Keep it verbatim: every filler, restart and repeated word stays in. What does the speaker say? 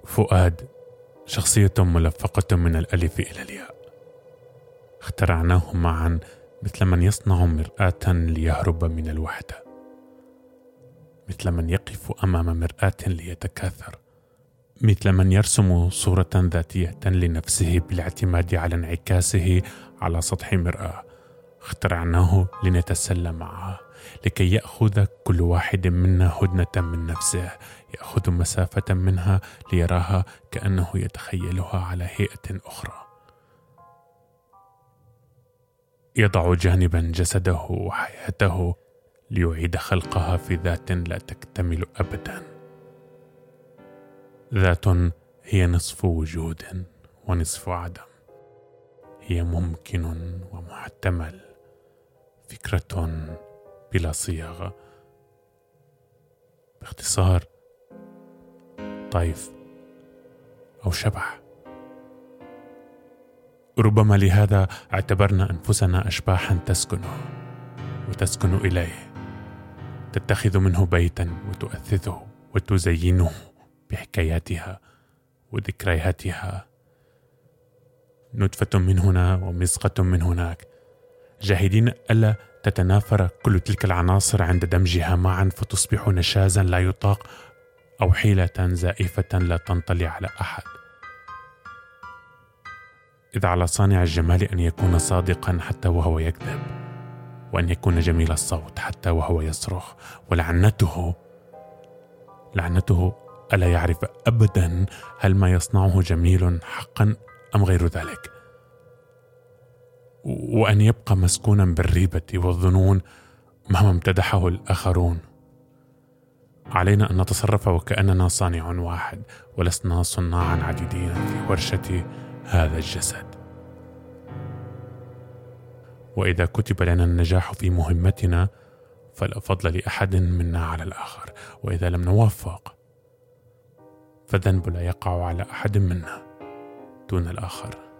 فؤاد شخصية ملفقة من الألف إلى الياء، اخترعناه معا مثل من يصنع مرآة ليهرب من الوحدة، مثل من يقف أمام مرآة ليتكاثر، مثل من يرسم صورة ذاتية لنفسه بالاعتماد على انعكاسه على سطح مرآة. اخترعناه لنتسلى معه، لكي يأخذ كل واحد منا هدنة من نفسه، يأخذ مسافة منها ليراها كأنه يتخيلها على هيئة أخرى، يضع جانبا جسده وحياته ليعيد خلقها في ذات لا تكتمل أبدا، ذات هي نصف وجود ونصف عدم، هي ممكن ومحتمل، فكرة بلا صياغة، باختصار طيف أو شبح. ربما لهذا اعتبرنا أنفسنا أشباحا تسكنه وتسكن إليه، تتخذ منه بيتا وتؤثثه وتزينه بحكاياتها وذكرياتها، نتفة من هنا ومزقة من هناك، جاهدين ألا تتنافر كل تلك العناصر عند دمجها معا فتصبح نشازا لا يطاق أو حيلة زائفة لا تنطلي على أحد. إذا على صانع الجمال أن يكون صادقا حتى وهو يكذب، وأن يكون جميل الصوت حتى وهو يصرخ، ولعنته لعنته ألا يعرف أبدا هل ما يصنعه جميل حقا أم غير ذلك، وأن يبقى مسكونا بالريبة والظنون مهما امتدحه الآخرون. علينا أن نتصرف وكأننا صانع واحد ولسنا صناعا عديدين في ورشة هذا الجسد. وإذا كتب لنا النجاح في مهمتنا فلا فضل لأحد منا على الآخر، وإذا لم نوفق فالذنب لا يقع على أحد منا دون الآخر.